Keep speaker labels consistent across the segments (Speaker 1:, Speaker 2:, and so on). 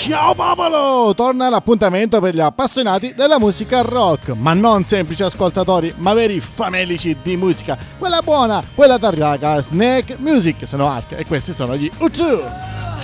Speaker 1: Ciao popolo! Torna l'appuntamento per gli appassionati della musica rock, ma non semplici ascoltatori, ma veri famelici di musica, quella buona, quella targaga, Snake Music, sono Ark e questi sono gli U2.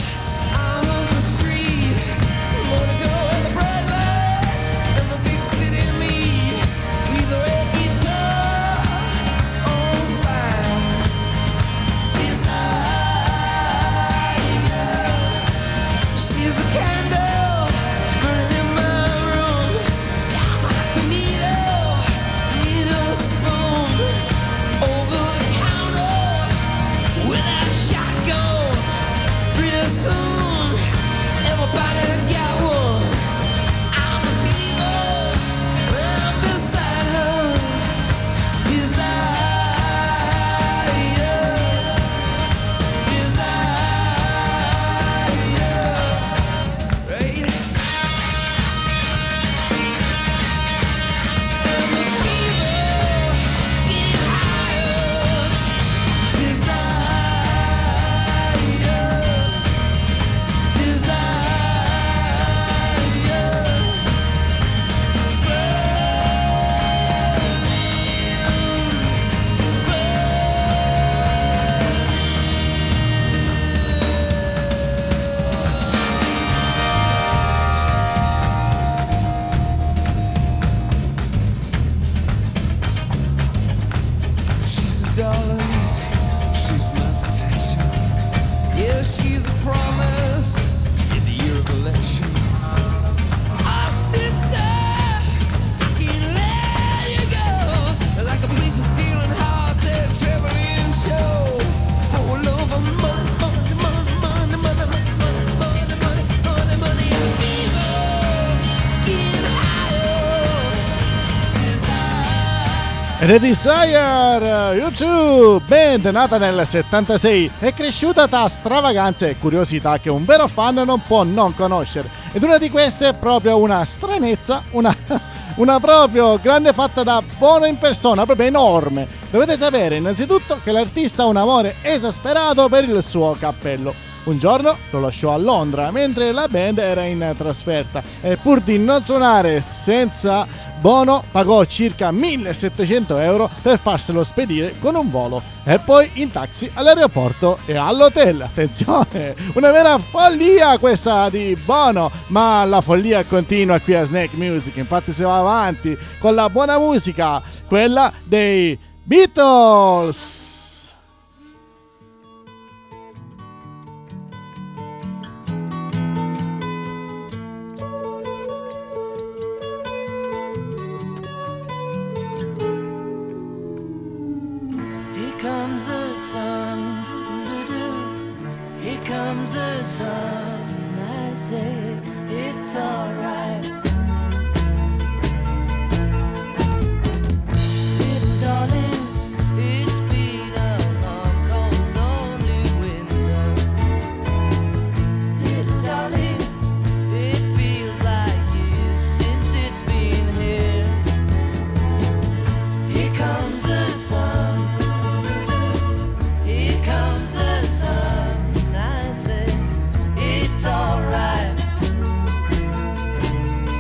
Speaker 1: The Desire, U2, band nata nel 76, è cresciuta tra stravaganze e curiosità che un vero fan non può non conoscere. Ed una di queste è proprio una stranezza, una proprio grande fatta da Bono in persona, proprio enorme. Dovete sapere innanzitutto che l'artista ha un amore esasperato per il suo cappello. Un giorno lo lasciò a Londra mentre la band era in trasferta e pur di non suonare senza Bono pagò circa 1.700 euro per farselo spedire con un volo e poi in taxi all'aeroporto e all'hotel. Attenzione, una vera follia questa di Bono, ma la follia continua qui a Snake Music. Infatti si va avanti con la buona musica, quella dei Beatles.
Speaker 2: Sun, I say it's alright. Little darling, it's been a long, cold, lonely winter. Little darling, it feels like years since it's been here. Here comes the sun. Here comes the sun. It's alright.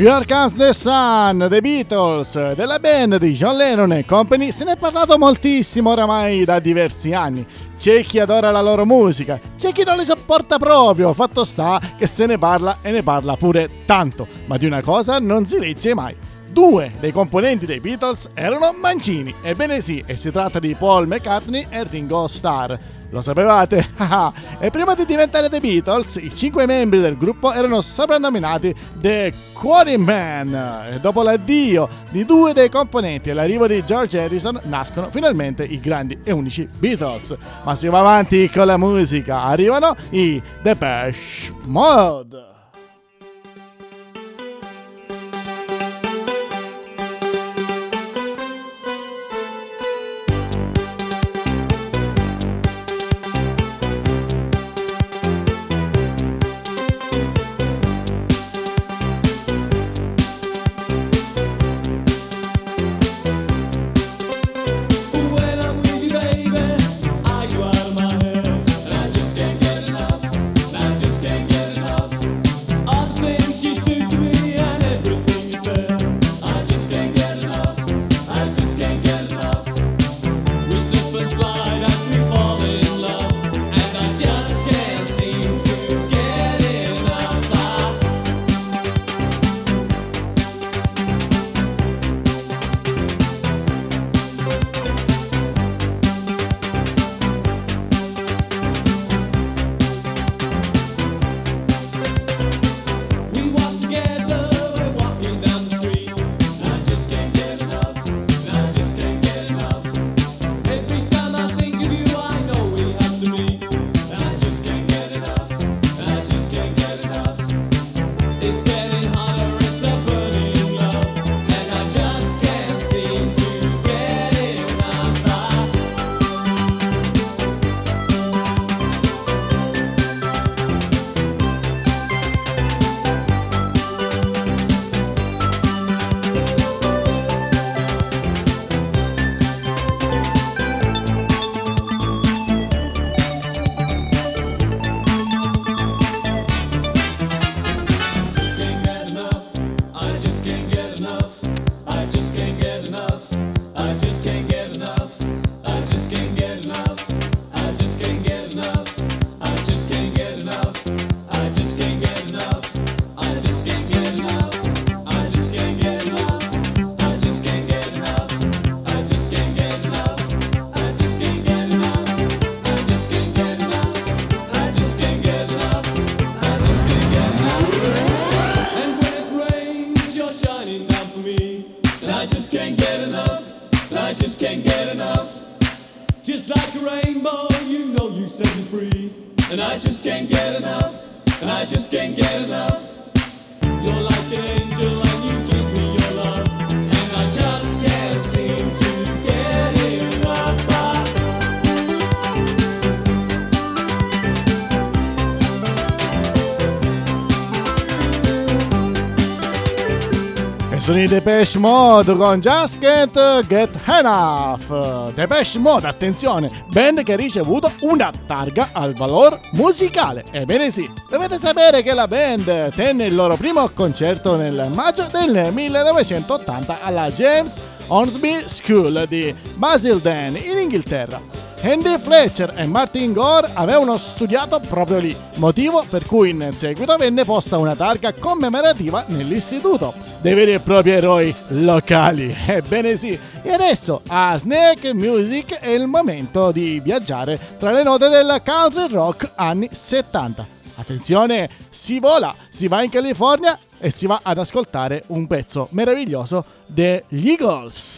Speaker 1: Here Comes the Sun, The Beatles, della band di John Lennon e Company, se ne è parlato moltissimo oramai da diversi anni. C'è chi adora la loro musica, c'è chi non li sopporta proprio, fatto sta che se ne parla e ne parla pure tanto, ma di una cosa non si legge mai. Due dei componenti dei Beatles erano mancini, ebbene sì, e si tratta di Paul McCartney e Ringo Starr. Lo sapevate? E prima di diventare The Beatles, i 5 membri del gruppo erano soprannominati The Quarrymen. E dopo l'addio di due dei componenti e l'arrivo di George Harrison, nascono finalmente i grandi e unici Beatles. Ma si va avanti con la musica, arrivano i Depeche Mode.
Speaker 3: When I'm with you, baby, are you out of my head? And I just can't get enough. And I just can't get enough. All the things you do to me and everything you said. I just can't get enough. I just can't get enough. We slip and slide as we fall in love, and I just can't seem to get enough. We walk together, we're walking down the street, and I just can't get enough, and I just can't get enough. Every time I think of you, I know we have to meet, and I just can't get enough, and I just can't get enough. It's getting hotter, it's a burning love, and I just can't seem to get enough. Just can't get enough. I just can't get enough. I just can't get enough. I just can't get enough. I just can't get enough. I just can't get enough. I just can't get enough. I just can't get enough. I just can't get enough. I just can't get enough. I just can't get enough. I just can't get enough. I just can't get enough. I just can't get enough. I just can't get enough. I just can't get enough. And when it rains, you're shining down for me, and I just can't get enough. And I just can't get enough. Just like a rainbow, you know you set me free, and I just can't get enough. And I just can't get enough. You're like an angel and you give me your love, and I just can't seem to get enough.
Speaker 1: E sono i Depeche Mode con Just Can't Get Enough. Depeche Mode, attenzione, band che ha ricevuto una targa al valor musicale. Ebbene sì, dovete sapere che la band tenne il loro primo concerto nel maggio del 1980 alla James Hornsby School di Basildon in Inghilterra. Andy Fletcher e Martin Gore avevano studiato proprio lì, motivo per cui in seguito venne posta una targa commemorativa nell'istituto dei veri e propri eroi locali. Ebbene sì, e adesso a Snake Music è il momento di viaggiare tra le note del country rock anni 70. Attenzione, si vola, si va in California e si va ad ascoltare un pezzo meraviglioso degli Eagles.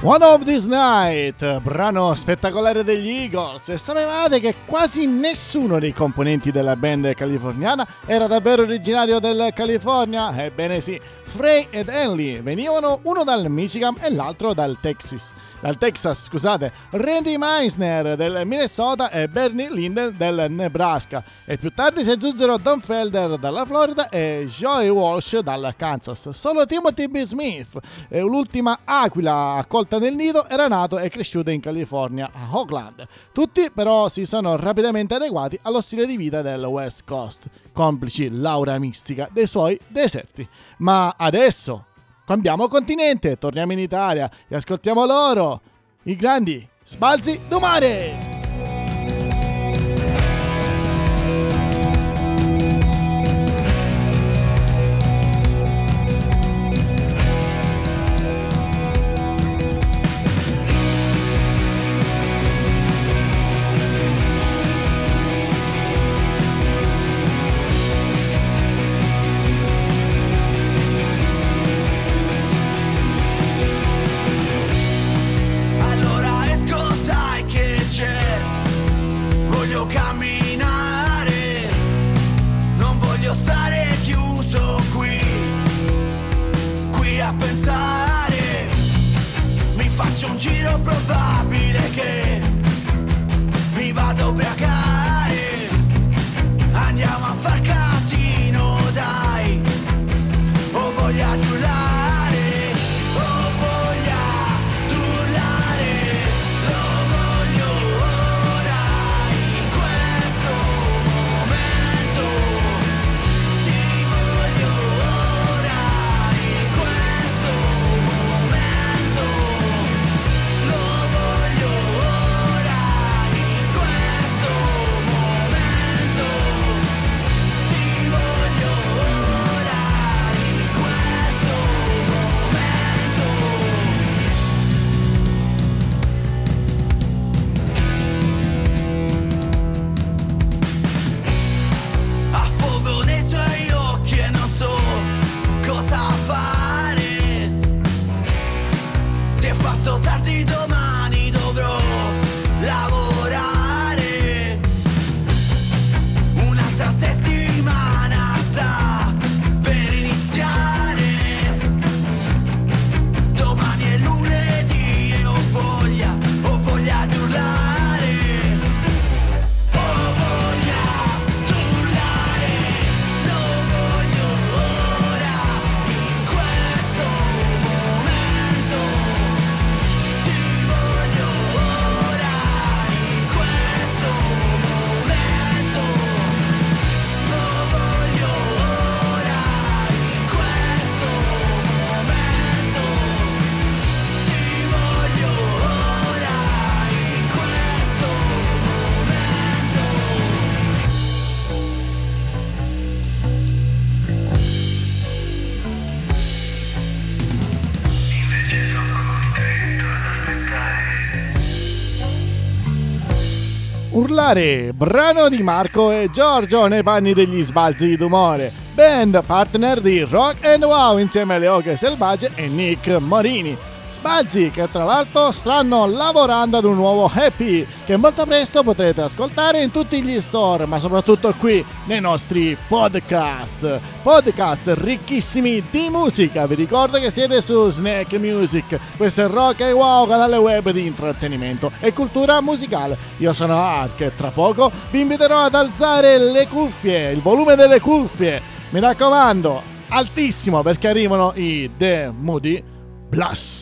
Speaker 1: One of This Night, brano spettacolare degli Eagles. E sapevate che quasi nessuno dei componenti della band californiana era davvero originario del California? Ebbene sì, Frey ed Henley venivano uno dal Michigan e l'altro dal Texas, scusate. Randy Meisner del Minnesota e Bernie Linden del Nebraska, e più tardi si aggiunsero Don Felder dalla Florida e Joey Walsh dal Kansas. Solo Timothy B. Smith, l'ultima aquila accolta nel nido, era nato e cresciuto in California, a Oakland. Tutti però si sono rapidamente adeguati allo stile di vita del West Coast, complici l'aura mistica dei suoi deserti. Ma adesso cambiamo continente, torniamo in Italia e ascoltiamo loro, i grandi Sbalzi do Mare!
Speaker 4: Allora esco, sai che c'è, voglio camminare, non voglio stare chiuso qui a pensare, mi faccio un giro, probabile che mi vado a ubriacare, andiamo a far casino, dai, ho voglia di urlare, ho voglia di urlare, lo voglio ora, in questo momento, ti voglio ora, in questo momento, lo voglio ora, in questo momento, ti voglio ora, in questo momento. Affogo nei suoi occhi e non so cosa fare. Si è fatto tardi, domani dovrò lavorare. Un'altra settimana sta per iniziare. Domani è lunedì e ho voglia di urlare. Ho voglia di urlare, lo voglio ora, in questo momento. Ti voglio ora, in questo momento. Lo voglio ora, in questo momento. Ti voglio ora, in questo
Speaker 1: Urlare, brano di Marco e Giorgio nei panni degli Sbalzi d'umore, band partner di Rock and Wow insieme alle Oche Selvagge e Nick Morini. Sbalzi che tra l'altro stanno lavorando ad un nuovo EP che molto presto potrete ascoltare in tutti gli store, ma soprattutto qui nei nostri podcast ricchissimi di musica. Vi ricordo che siete su Snack Music, questo è Rock and Wow, canale web di intrattenimento e cultura musicale. Io sono Ark e tra poco vi inviterò ad alzare le cuffie, il volume delle cuffie, mi raccomando, altissimo, perché arrivano i The Moody Blues.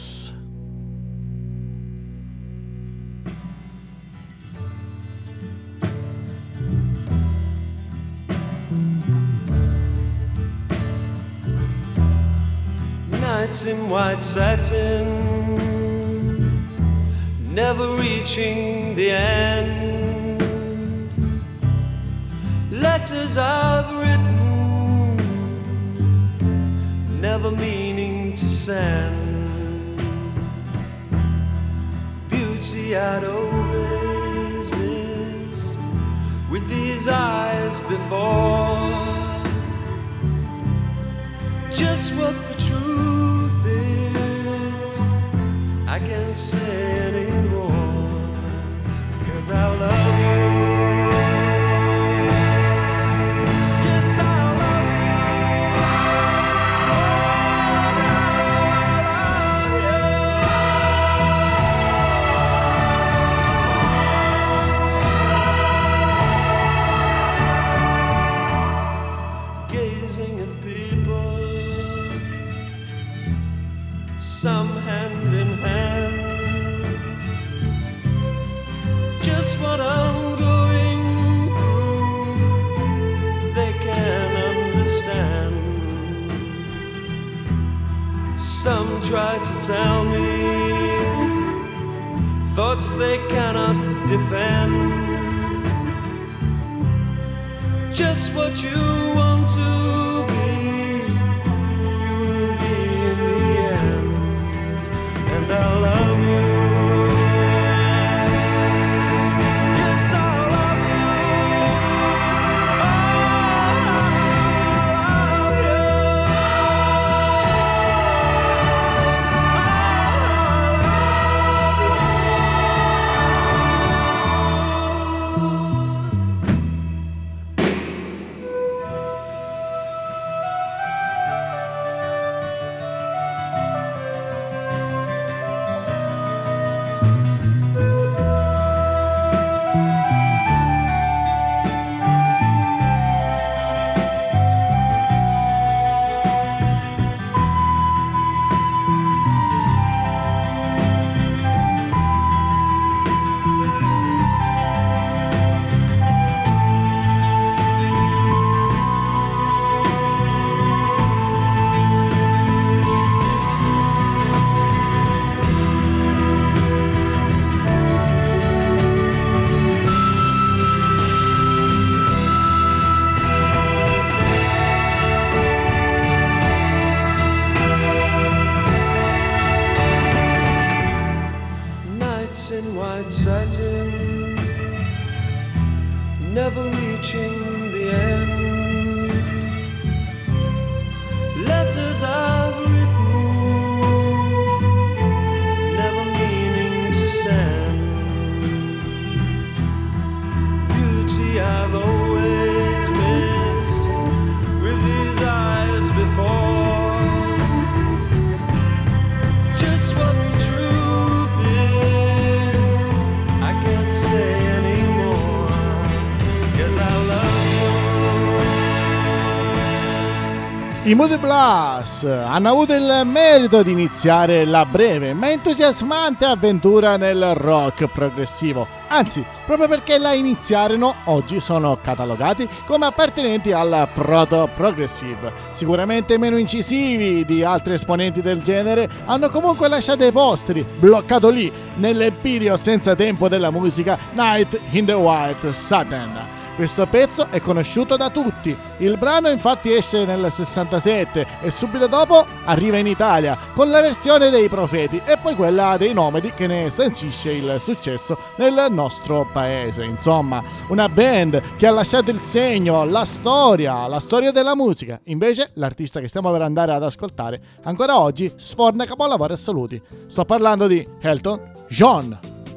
Speaker 5: Nights in white satin, never reaching the end. Letters I've written, never meaning to send. Beauty I'd always missed with these eyes before. Just what the truth is, I can can't say anymore, 'cause I love you. Yes, I love you. Gazing at people, some hand in hand, just what I'm going through, they can understand. Some try to tell me thoughts they cannot defend, just what you want to be, you will be in the end. And I love you. Yes, I love you. Oh, I love you. Nights in white satin, never reaching the end. Letters I've written, never meaning to send. Beauty I've always missed with these eyes before. Just what the truth is, I can't say anymore, 'cause I love you.
Speaker 1: I Moody Blues hanno avuto il merito di iniziare la breve ma entusiasmante avventura nel rock progressivo. Anzi, proprio perché la iniziarono, oggi sono catalogati come appartenenti al proto-progressive. Sicuramente meno incisivi di altri esponenti del genere, hanno comunque lasciato i posteri, bloccato lì, nell'empirio senza tempo della musica Night in the White Satin. Questo pezzo è conosciuto da tutti. Il brano infatti esce nel 67 e subito dopo arriva in Italia con la versione dei Profeti e poi quella dei Nomadi che ne sancisce il successo nel nostro paese. Insomma, una band che ha lasciato il segno, la storia della musica. Invece l'artista che stiamo per andare ad ascoltare ancora oggi sforna capolavori assoluti. Sto parlando di Elton John.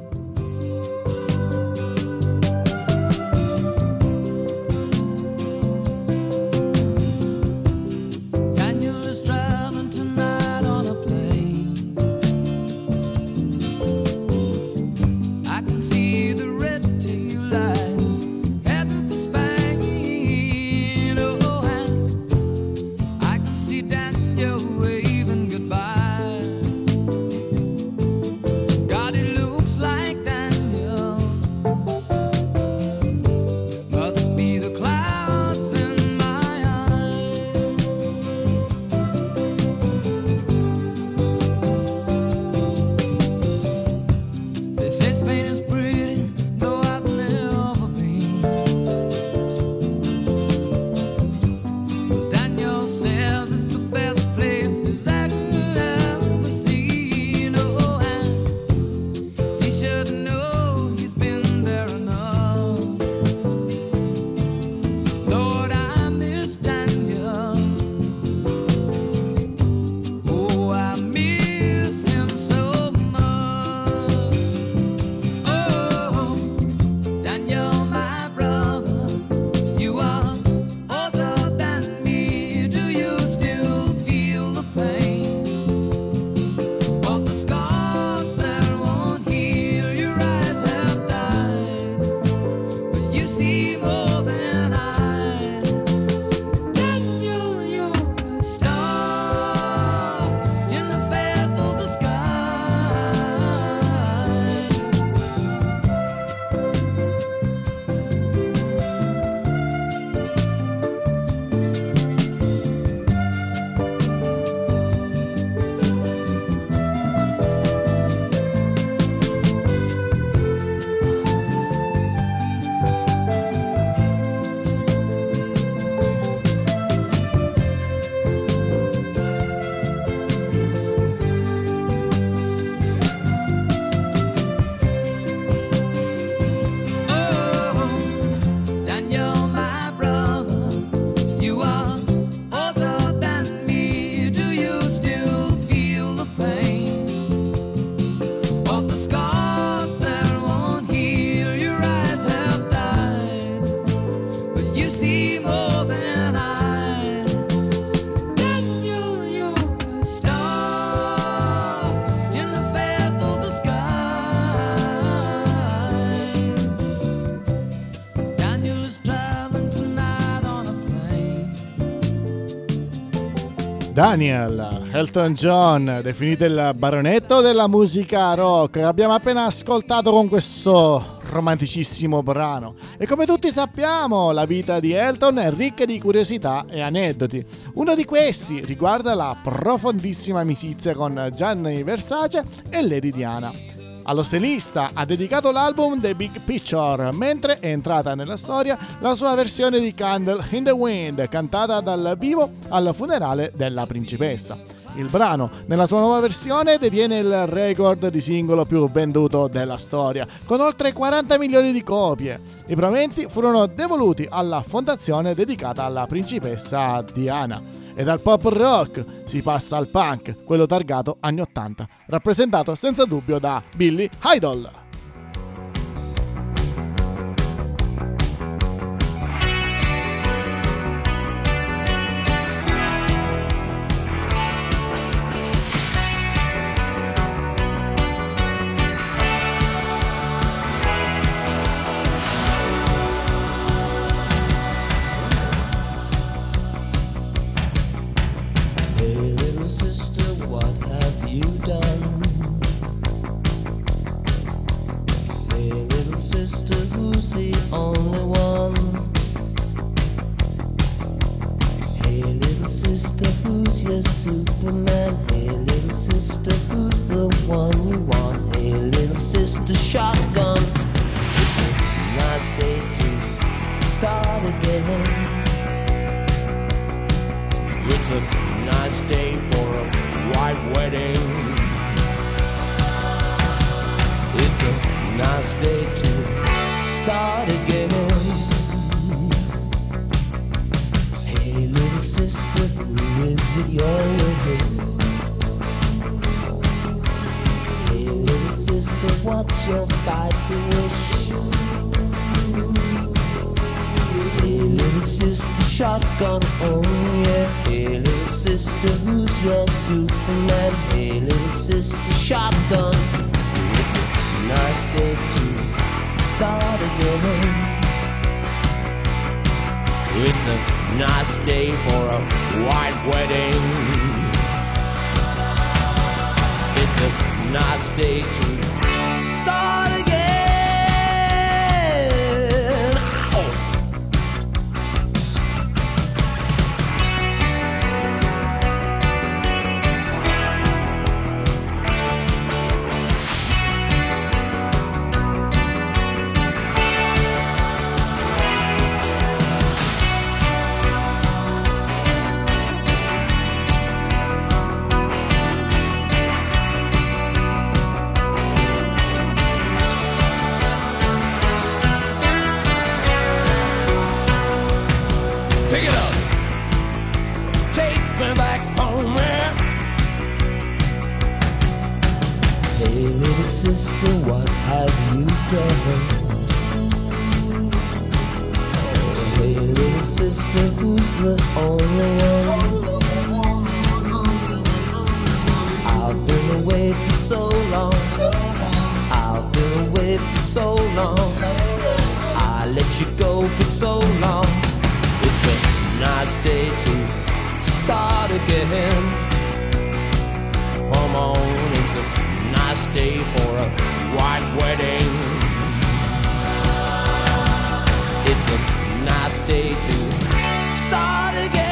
Speaker 2: Daniel is traveling tonight on a plane. I can see the red tail lights heading for Spain. Oh, and I can see Daniel waving goodbye. God, it looks like Daniel must be the clouds in my eyes. They say Spain is pretty, though I've never been. Daniel says it's the best place he's ever seen. Oh, and he should know he's been there enough. Lord, I miss Daniel. Oh, I miss him so much.
Speaker 1: Daniel, Elton John, definito il baronetto della musica rock, che abbiamo appena ascoltato con questo romanticissimo brano. E come tutti sappiamo, la vita di Elton è ricca di curiosità e aneddoti. Uno di questi riguarda la profondissima amicizia con Gianni Versace e Lady Diana. Allo stilista ha dedicato l'album The Big Picture, mentre è entrata nella storia la sua versione di Candle in the Wind, cantata dal vivo al funerale della principessa. Il brano, nella sua nuova versione, detiene il record di singolo più venduto della storia, con oltre 40 milioni di copie. I proventi furono devoluti alla fondazione dedicata alla principessa Diana. E dal pop rock si passa al punk, quello targato anni 80, rappresentato senza dubbio da Billy Idol.
Speaker 6: Hey little sister, what have you done? Hey little sister, who's the only one? Hey little sister, who's your Superman? Hey little sister, who's the one you want? Hey little sister, shotgun. It's a nice day to start again. It's a nice day for a white wedding. It's a nice day to start again. Hey little sister, who is it you're with? Hey little sister, what's your spicy wish? Hey little sister, shotgun, oh yeah. Hey little sister, who's your Superman? Hey little sister, shotgun. It's a nice day to start again. It's a nice day for a white wedding. It's a nice day to start again. Ow! Pick it up. Take me back home, man. Hey, little sister, what have you done? Hey, little sister, who's the only one? I've been away for so long. I've been away for so long. I let you go for so long. It's a nice day to start again. Come on, it's a nice day for a white wedding. It's a nice day to start again.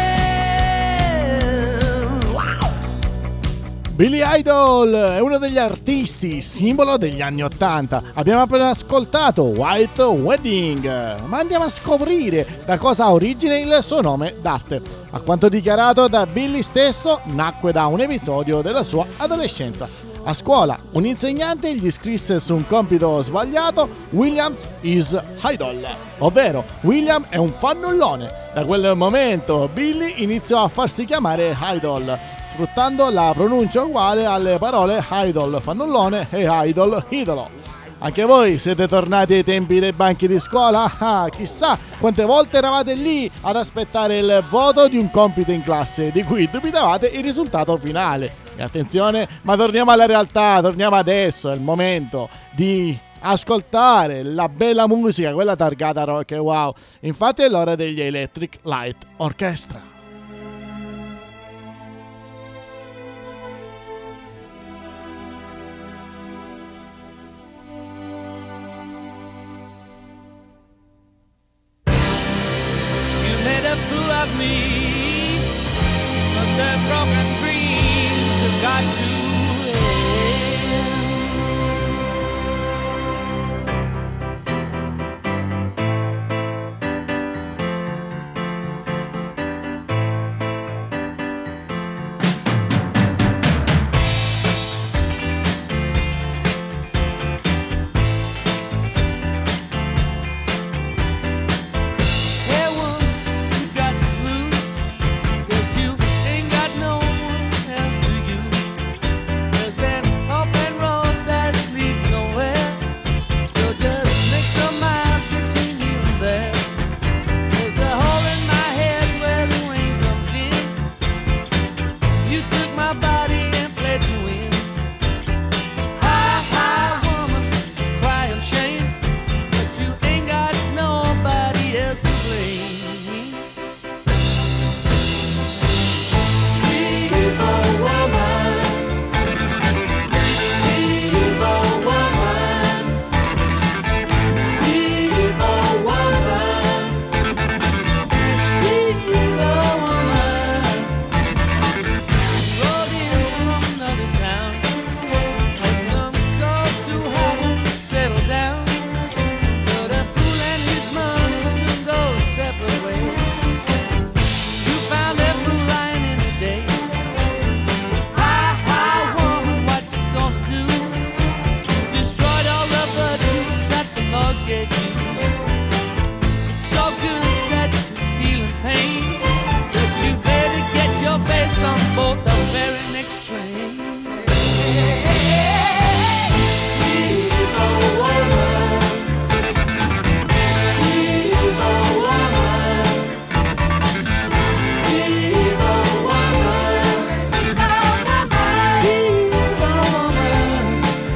Speaker 6: Wow!
Speaker 1: Billy Idol è uno degli artisti simbolo degli anni 80. Abbiamo appena ascoltato White Wedding, ma andiamo a scoprire da cosa ha origine il suo nome d'arte. A quanto dichiarato da Billy stesso, nacque da un episodio della sua adolescenza. A scuola un insegnante gli scrisse su un compito sbagliato Williams is Idol, ovvero William è un fannullone. Da quel momento Billy iniziò a farsi chiamare Idol, sfruttando la pronuncia uguale alle parole idol, fannullone e idol, idolo. Anche voi siete tornati ai tempi dei banchi di scuola? Ah, chissà quante volte eravate lì ad aspettare il voto di un compito in classe di cui dubitavate il risultato finale. E attenzione, ma torniamo alla realtà, torniamo adesso, è il momento di ascoltare la bella musica, quella targata rock e wow. Infatti è l'ora degli Electric Light Orchestra.
Speaker 2: love me, but their broken dreams have got to end. Hey, woman, you got the blues, 'cause you ain't got no one else to use. There's an open road that leads nowhere, so just make some miles between you and there. There's a hole in my head where the rain comes in. You took my body and played to win. Hi, hi, woman, crying shame, but you ain't got nobody else to blame. Evil woman, evil woman, evil woman, evil woman. Rode in from another town, had some gold too hard to settle down. But a fool and his money soon go separate ways. You found that blue line in the day. Hi, hi, woman, what you gonna do? Destroyed all the virtues that the Lord gave you. It's so good that you're feeling pain, but you better get your face on board the very next train. Evil woman, evil woman, evil woman, evil woman.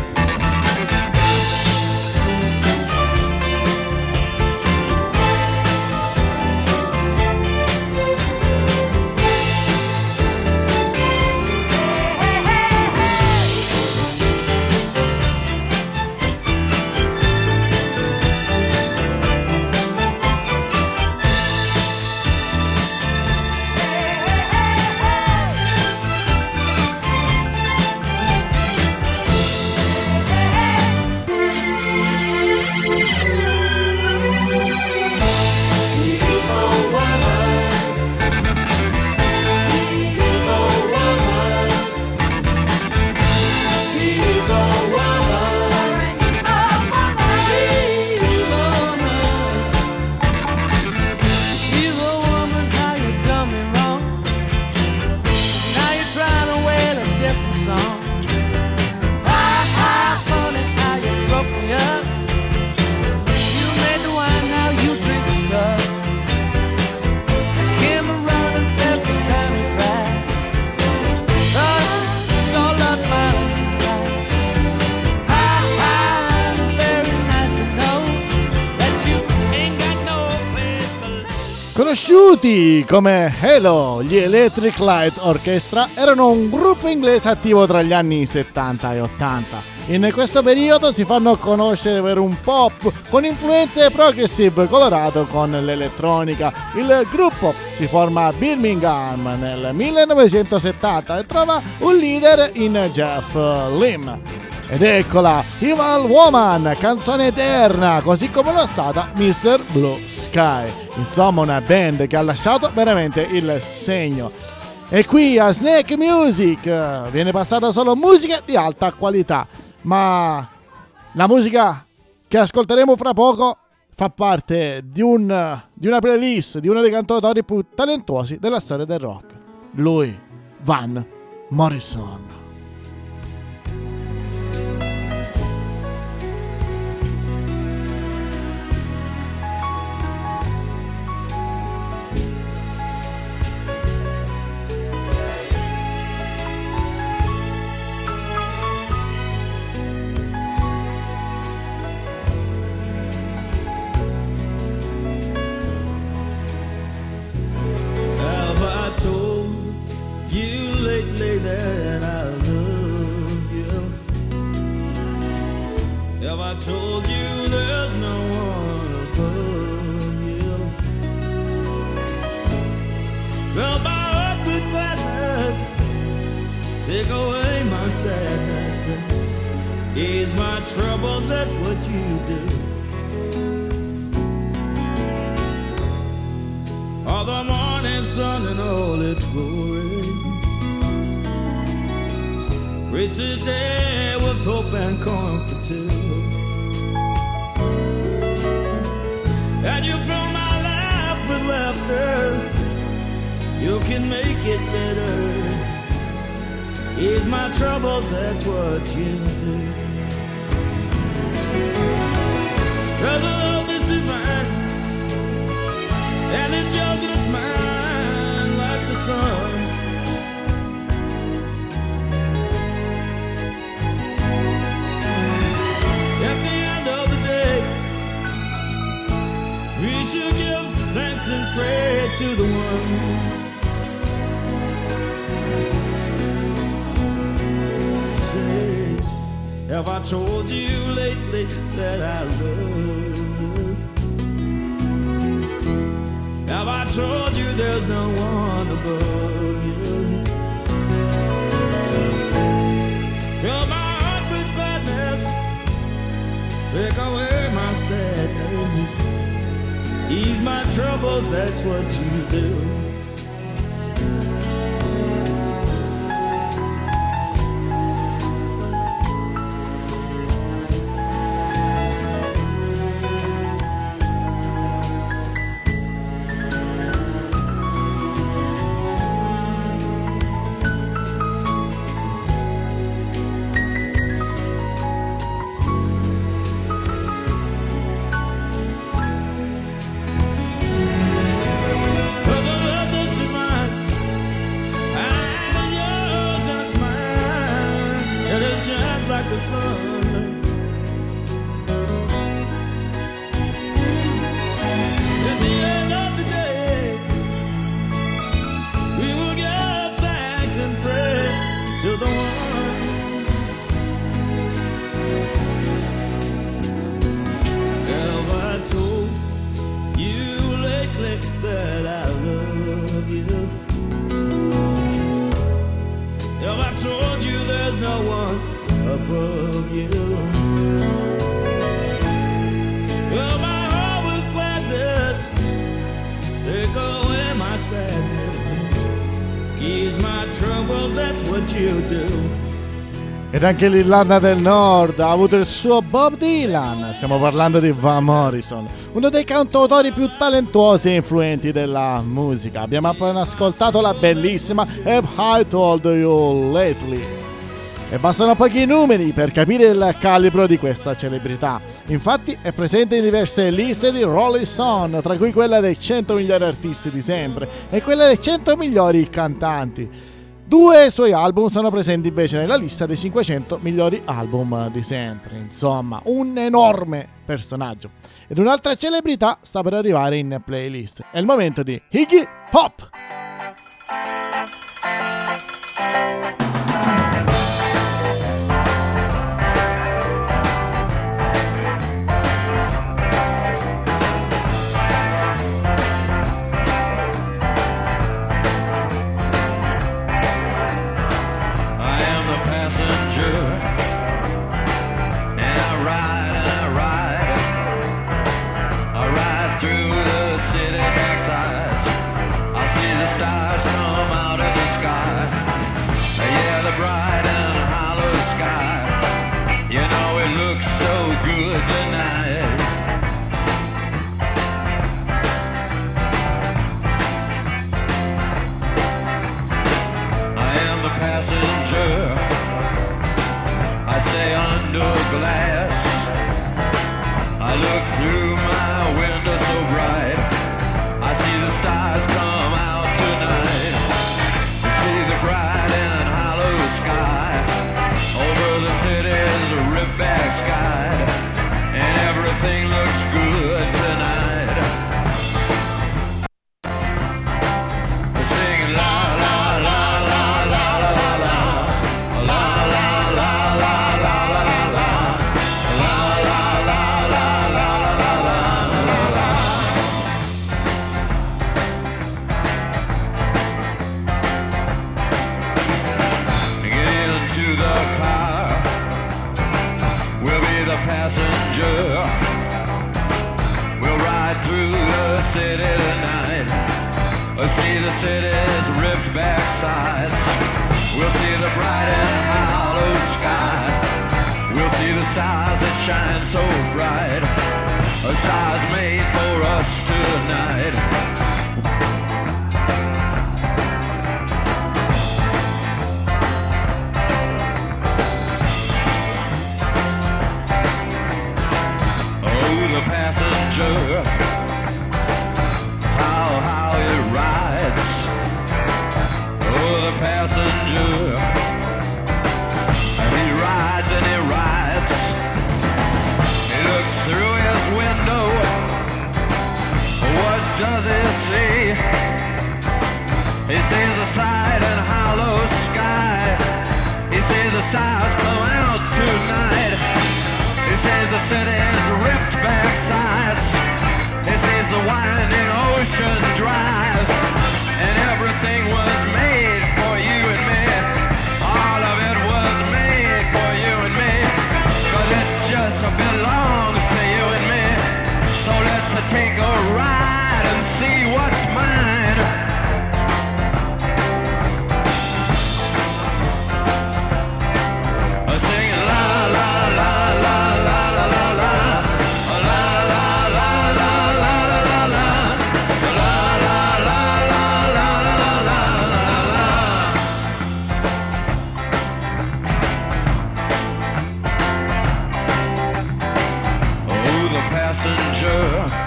Speaker 2: Evil woman, how you done me wrong. Now you're trying to wail a different song. Hi, hi, honey, how you broke me up. You made the wine, now you drink the cup. Came running every time you cry. So love's my eyes. Hi, hi, very nice to know that you ain't got no place to live.
Speaker 1: Conosciuti come Hello, gli Electric Light Orchestra erano un gruppo inglese attivo tra gli anni 70 e 80. In questo periodo si fanno conoscere per un pop con influenze progressive colorato con l'elettronica. Il gruppo si forma a Birmingham nel 1970 e trova un leader in Jeff Lynne. Ed eccola, Evil Woman, canzone eterna, così come lo è stata Mr. Blue Sky. Insomma, una band che ha lasciato veramente il segno. E qui a Snake Music viene passata solo musica di alta qualità, ma la musica che ascolteremo fra poco fa parte di una playlist di uno dei cantautori più talentuosi della storia del rock. Lui, Van Morrison.
Speaker 3: Have I told you lately that I
Speaker 5: take away my sadness and ease my trouble. That's what you do. All the morning sun and all its glory, reach the day with hope and comfort too. And you fill my life with laughter. You can make it better. Ease my troubles, that's what you do. 'Cause the love is divine, and it's yours and it's mine like the sun. At the end of the day, we should give thanks and pray to the one. Say, have I told you lately that I love you? Have I told you there's no one above you? Fill my heart with gladness, take away my sadness, ease my troubles, that's what you do.
Speaker 1: Ed anche l'Irlanda del Nord ha avuto il suo Bob Dylan. Stiamo parlando di Van Morrison, uno dei cantautori più talentuosi e influenti della musica. Abbiamo appena ascoltato la bellissima Have I Told You Lately. E bastano pochi numeri per capire il calibro di questa celebrità. Infatti è presente in diverse liste di Rolling Stone, tra cui quella dei 100 migliori artisti di sempre e quella dei 100 migliori cantanti. 2 suoi album sono presenti invece nella lista dei 500 migliori album di sempre. Insomma, un enorme personaggio. Ed un'altra celebrità sta per arrivare in playlist. È il momento di Iggy Pop.
Speaker 7: the city's ripped back sides. We'll see the bright and hollow sky. We'll see the stars that shine so bright. Stars made for us tonight. Oh, the passenger, how it rides. Oh, the passenger, he rides and he rides. He looks through his window. What does he see? He sees the side and hollow sky. He sees the stars come out tonight. He sees the city's ripped back sides. He sees the winding ocean drive. And everything was made for you and me. All of it was made for you and me. But it just belongs to you and me. So let's take a ride and see what's mine. Singing la la la la la la la la. La la la la la la la la. La la la la la la la la. Oh, the passenger,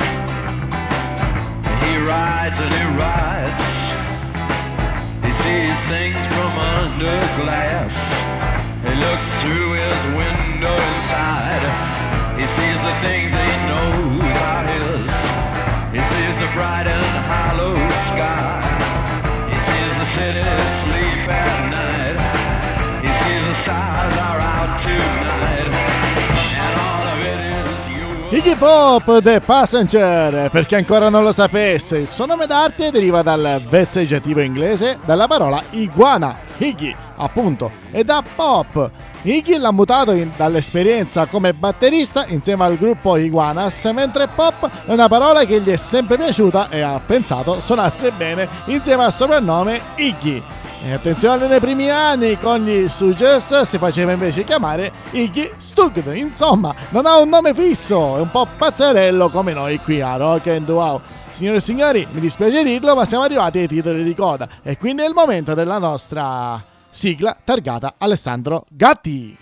Speaker 7: he rides and he rides. He sees things from under glass. He looks through his window inside. He sees the things he knows are his. He sees the bright and hollow sky. He sees the city sleep at night. He sees the stars are out tonight. And all of it is you.
Speaker 1: Iggy Pop, The Passenger, per chi ancora non lo sapesse, il suo nome d'arte deriva dal vezzeggiativo inglese dalla parola iguana, Iggy, appunto, e da pop. Iggy l'ha mutato dall'esperienza come batterista insieme al gruppo Iguanas, mentre pop è una parola che gli è sempre piaciuta e ha pensato suonasse bene insieme al soprannome Iggy. E attenzione, nei primi anni con gli Stooges si faceva invece chiamare Iggy Stugd. Insomma, non ha un nome fisso, è un po' pazzerello come noi qui a Rock and Wow. Signore e signori, mi dispiace dirlo, ma siamo arrivati ai titoli di coda e quindi è il momento della nostra sigla targata Alessandro Gatti.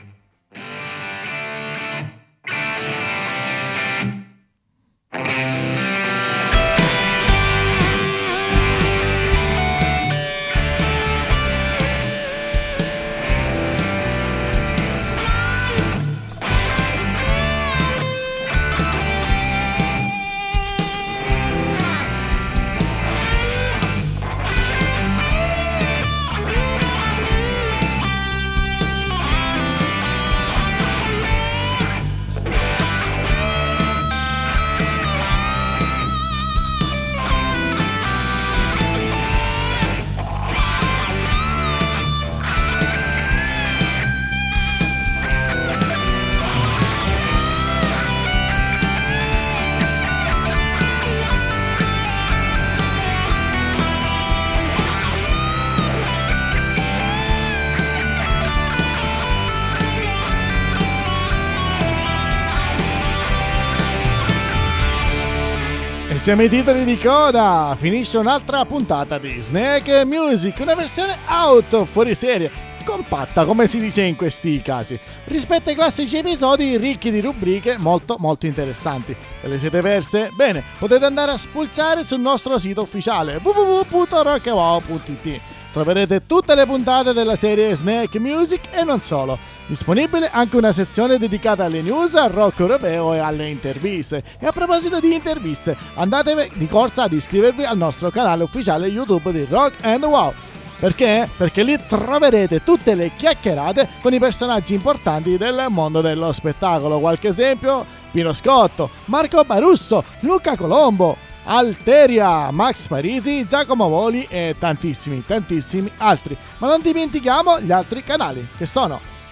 Speaker 1: Siamo ai titoli di coda, finisce un'altra puntata di Snake Music, una versione out fuori serie, compatta come si dice in questi casi, rispetto ai classici episodi ricchi di rubriche molto interessanti. Se le siete perse? Bene, potete andare a spulciare sul nostro sito ufficiale www.rockwow.it. Troverete tutte le puntate della serie Snake Music e non solo. Disponibile anche una sezione dedicata alle news, al rock europeo e alle interviste. E a proposito di interviste, andatevi di corsa ad iscrivervi al nostro canale ufficiale YouTube di Rock and Wow. Perché? Perché lì troverete tutte le chiacchierate con i personaggi importanti del mondo dello spettacolo. Qualche esempio? Pino Scotto, Marco Barusso, Luca Colombo, Alteria, Max Parisi, Giacomo Voli e tantissimi altri. Ma non dimentichiamo gli altri canali, che sono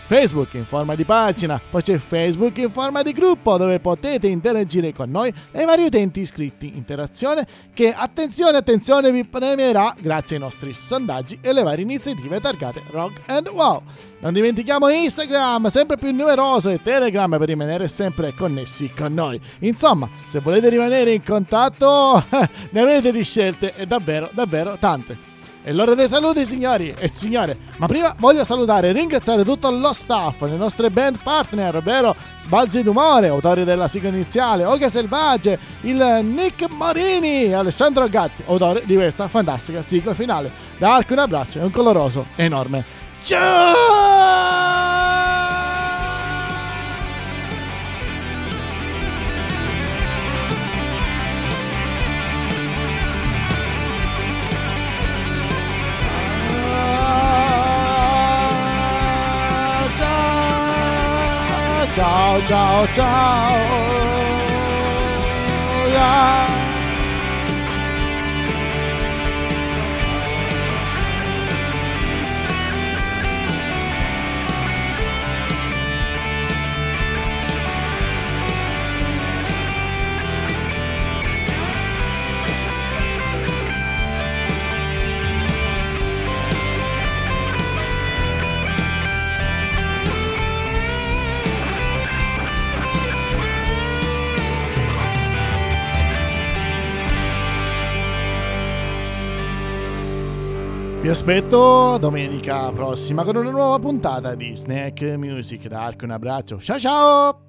Speaker 1: Facebook in forma di pagina, poi c'è Facebook in forma di gruppo dove potete interagire con noi e i vari utenti iscritti. Interazione che, attenzione, vi premierà grazie ai nostri sondaggi e le varie iniziative targate Rock and Wow. Non dimentichiamo Instagram, sempre più numeroso, e Telegram per rimanere sempre connessi con noi. Insomma, se volete rimanere in contatto, ne avete di scelte e davvero tante. È l'ora dei saluti, signori e signore, ma prima voglio salutare e ringraziare tutto lo staff, le nostre band partner, ovvero Sbalzi d'Umore, autori della sigla iniziale, Oga Selvagge, il Nick Morini e Alessandro Gatti, autore di questa fantastica sigla finale. Da Arco un abbraccio e un coloroso enorme ciao! Ciao. Yeah. Vi aspetto domenica prossima con una nuova puntata di Snack Music. Da Arco un abbraccio, ciao!